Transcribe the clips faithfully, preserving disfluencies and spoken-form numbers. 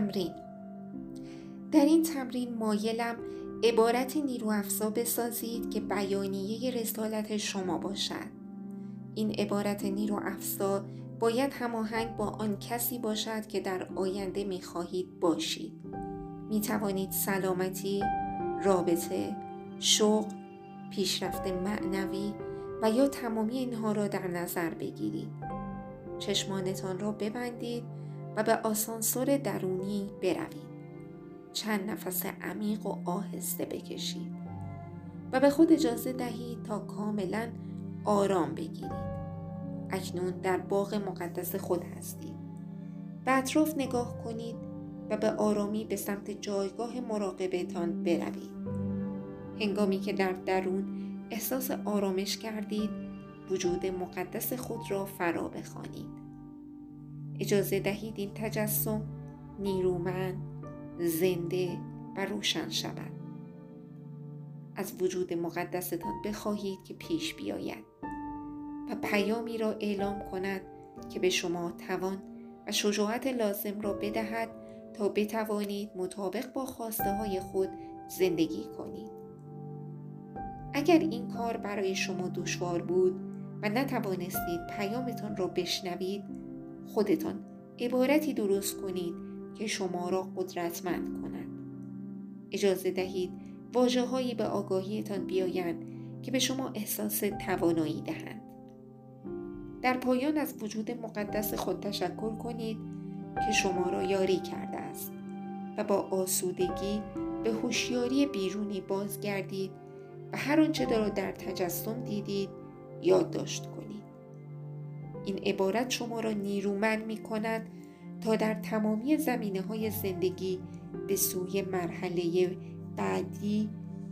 تمرین. در این تمرین مایلم عبارت نیروافزا بسازید که بیانیه رسالت شما باشد. این عبارت نیروافزا باید هماهنگ با آن کسی باشد که در آینده می‌خواهید باشید. می‌توانید سلامتی، رابطه، شغل، پیشرفت معنوی و یا تمامی اینها را در نظر بگیرید. چشمانتان را ببندید و به آسانسور درونی بروید. چند نفس عمیق و آهسته بکشید و به خود اجازه دهید تا کاملا آرام بگیرید. اکنون در باغ مقدس خود هستید. به اطراف نگاه کنید و به آرامی به سمت جایگاه مراقبتان بروید. هنگامی که در درون احساس آرامش کردید، وجود مقدس خود را فرا بخوانید. اجازه دهید این تجسم نیرومند، زنده و روشن شود. از وجود مقدستان بخواهید که پیش بیاید و پیامی را اعلام کند که به شما توان و شجاعت لازم را بدهد تا بتوانید مطابق با خواسته های خود زندگی کنید. اگر این کار برای شما دشوار بود و نتوانستید پیامتان را بشنوید، خودتان عبارتی درست کنید که شما را قدرتمند کند. اجازه دهید واژه‌هایی به آگاهیتان بیایند که به شما احساس توانایی دهند. در پایان از وجود مقدس خود تشکر کنید که شما را یاری کرده است و با آسودگی به هوشیاری بیرونی بازگردید و هر آنچه را در تجسم دیدید یادداشت کنید. این عبارت شما را نیرومند می کند تا در تمامی زمینه‌های زندگی به سوی مرحله بعدی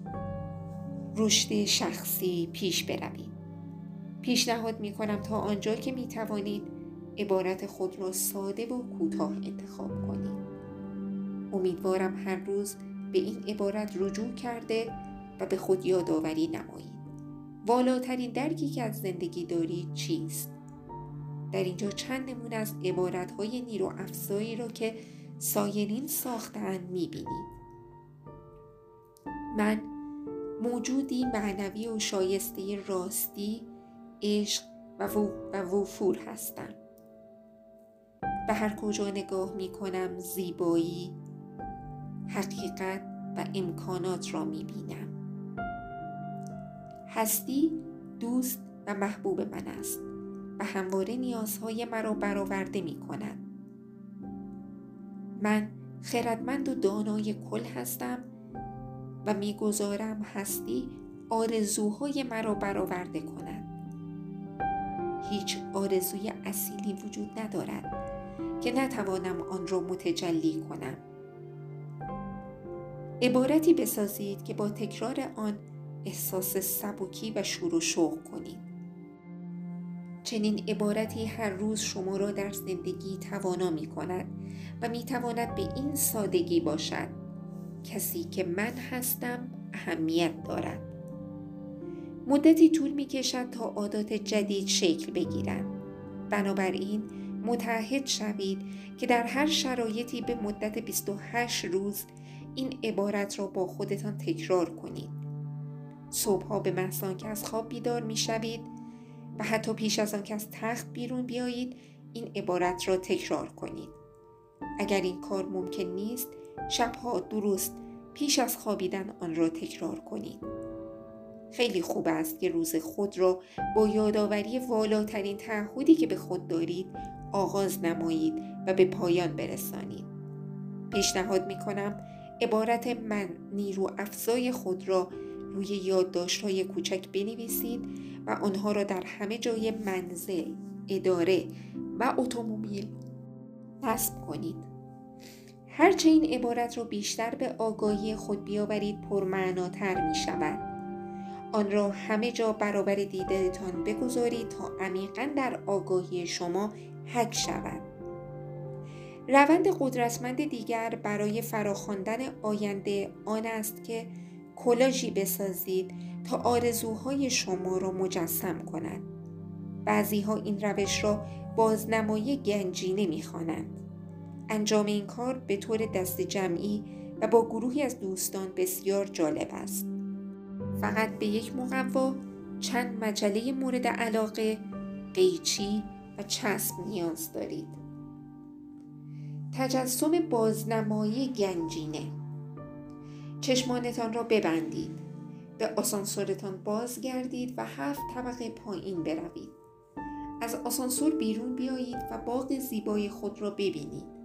رشد شخصی پیش بروید. پیشنهاد می کنم تا آنجا که می توانید عبارت خود را ساده و کوتاه انتخاب کنید. امیدوارم هر روز به این عبارت رجوع کرده و به خود یادآوری نمایید. والاترین درکی که از زندگی دارید چیست؟ در اینجا چند نمونه از عبارت‌های نیروافزایی را که سایرین ساخته‌اند می‌بینید. من موجودی معنوی و شایسته راستی، عشق و وفور هستم. به هر کجا نگاه می‌کنم زیبایی، حقیقت و امکانات را می‌بینم. هستی دوست و محبوب من است و همواره نیازهای مرا برآورده می کند. من خردمند و دانای کل هستم و می گذارم هستی آرزوهای مرا برآورده کند. هیچ آرزوی اصیلی وجود ندارد که نتوانم آن را متجلی کنم. عبارتی بسازید که با تکرار آن احساس سبکی و شور و شوق کنید. چنین عبارتی هر روز شما را در زندگی توانا می کند و می تواند به این سادگی باشد: کسی که من هستم اهمیت دارد. مدتی طول می کشد تا عادات جدید شکل بگیرند. بنابراین متعهد شوید که در هر شرایطی به مدت بیست و هشت روز این عبارت را با خودتان تکرار کنید. صبحها به محض آنکه از خواب بیدار می شوید و حتی پیش از آن که از تخت بیرون بیایید این عبارت را تکرار کنید. اگر این کار ممکن نیست، شبها درست پیش از خوابیدن آن را تکرار کنید. خیلی خوب است که روز خود را با یادآوری والاترین تعهدی که به خود دارید آغاز نمایید و به پایان برسانید. پیشنهاد می کنم عبارت من نیروافزای خود را روی یادداشت‌های کوچک بنویسید و آنها را در همه جای منزل، اداره و اتومبیل نصب کنید. هرچه این عبارت را بیشتر به آگاهی خود بیاورید پرمعناتر می شود. آن را همه جا برابر دیدتان بگذارید تا عمیقاً در آگاهی شما حک شود. روند قدرتمند دیگر برای فراخواندن آینده آن است که کلاژی بسازید تا آرزوهای شما را مجسم کند. بعضی ها این روش را بازنمایی گنجینه می خوانند. انجام این کار به طور دست جمعی و با گروهی از دوستان بسیار جالب است. فقط به یک مقوا، چند مجله مورد علاقه، قیچی و چسب نیاز دارید. تجسم بازنمایی گنجینه. چشمانتان را ببندید، به آسانسورتان بازگردید و هفت طبقه پایین بروید. از آسانسور بیرون بیایید و باغ زیبای خود را ببینید.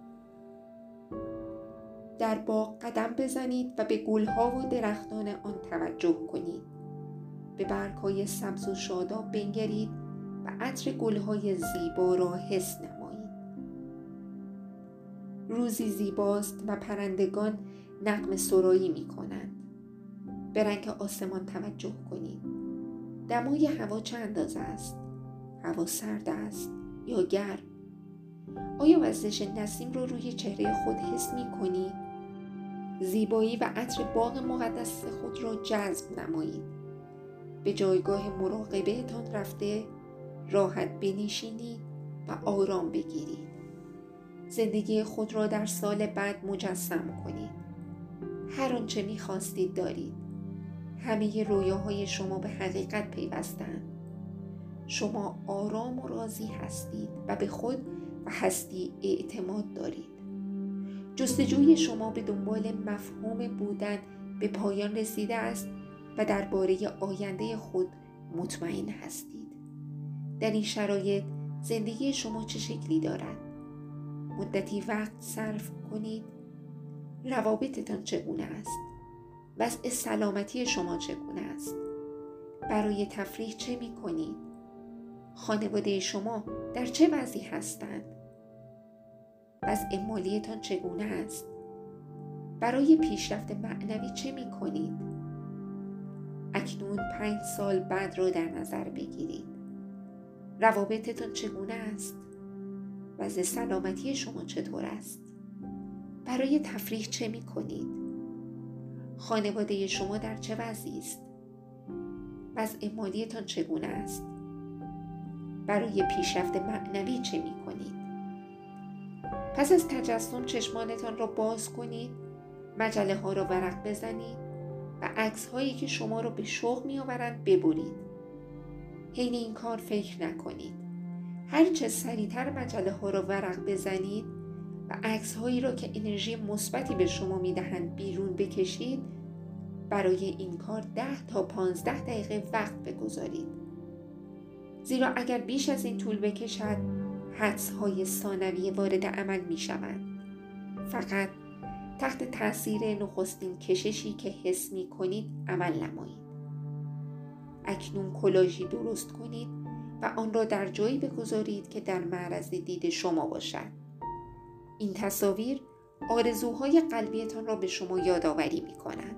در باغ قدم بزنید و به گلها و درختان آن توجه کنید. به برگ‌های سبز و شاداب بنگرید و عطر گلهای زیبا را حس نمایید. روزی زیباست و پرندگان نغمه سرایی می کنند. به رنگ آسمان توجه کنید. دمای هوا چه اندازه است؟ هوا سرد است یا گرم؟ آیا وزش نسیم را روی چهره خود حس می کنید؟ زیبایی و عطر باغ مقدس خود را جذب نمایید. به جایگاه مراقبه‌تان رفته راحت بنشینید و آرام بگیرید. زندگی خود را در سال بعد مجسم کنید. هر آنچه می‌خواستید دارید. همه رویاهای شما به حقیقت پیوستند. شما آرام و راضی هستید و به خود و هستی اعتماد دارید. جستجوی شما به دنبال مفهوم بودن به پایان رسیده است و درباره آینده خود مطمئن هستید. در این شرایط زندگی شما چه شکلی دارد؟ مدتی وقت صرف کنید. روابطتان چگونه است؟ وضع سلامتی شما چگونه است؟ برای تفریح چه می کنید؟ خانواده شما در چه وضعی هستند؟ وضع مالیتان چگونه است؟ برای پیشرفت معنوی چه می کنید؟ اکنون پنج سال بعد را در نظر بگیرید. روابطتان چگونه است؟ وضع سلامتی شما چطور است؟ برای تفریح چه می کنید؟ خانواده شما در چه وضعی است؟ وضع مالیتان چگونه است؟ برای پیشرفت معنوی چه می کنید؟ پس از تجسم چشمانتان را باز کنید، مجله ها را ورق بزنید و عکس هایی که شما را به شوق می آورند ببرید. حین این کار فکر نکنید. هر چه سریعتر مجله ها را ورق بزنید و عکس هایی را که انرژی مثبتی به شما می دهند بیرون بکشید، برای این کار ده تا پانزده دقیقه وقت بگذارید. زیرا اگر بیش از این طول بکشد، حدس‌های ثانویه وارد عمل می شوند. فقط تحت تاثیر نخستین کششی که حس می کنید عمل نمایید. اکنون کلاژی درست کنید و آن را در جایی بگذارید که در معرض دید شما باشد. این تصاویر آرزوهای قلبیتان را به شما یادآوری می کنند.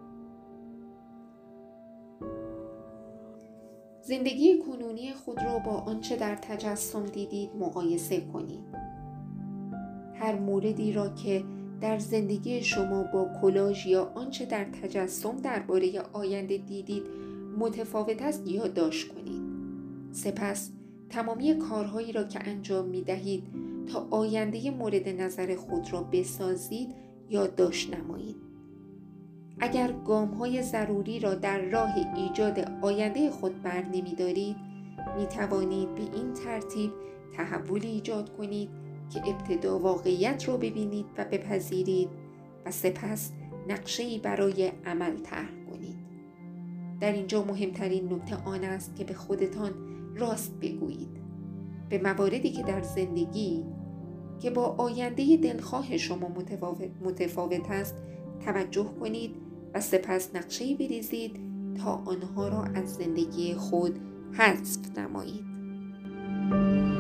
زندگی کنونی خود را با آنچه در تجسم دیدید مقایسه کنید. هر موردی را که در زندگی شما با کلاژ یا آنچه در تجسم درباره آینده دیدید متفاوت است یادداشت کنید. سپس تمامی کارهایی را که انجام می دهید تا آینده مورد نظر خود را بسازید یادداشت نمایید. اگر گام‌های ضروری را در راه ایجاد آینده خود بر نمی‌دارید، می‌توانید به این ترتیب تحولی ایجاد کنید که ابتدا واقعیت را ببینید و بپذیرید و سپس نقشه‌ای برای عمل طرح کنید. در اینجا مهمترین نکته آن است که به خودتان راست بگویید. به مواردی که در زندگی که با آینده دلخواه شما متفاوت, متفاوت است توجه کنید و سپس نقشه‌ای بریزید تا آنها را از زندگی خود حذف نمایید.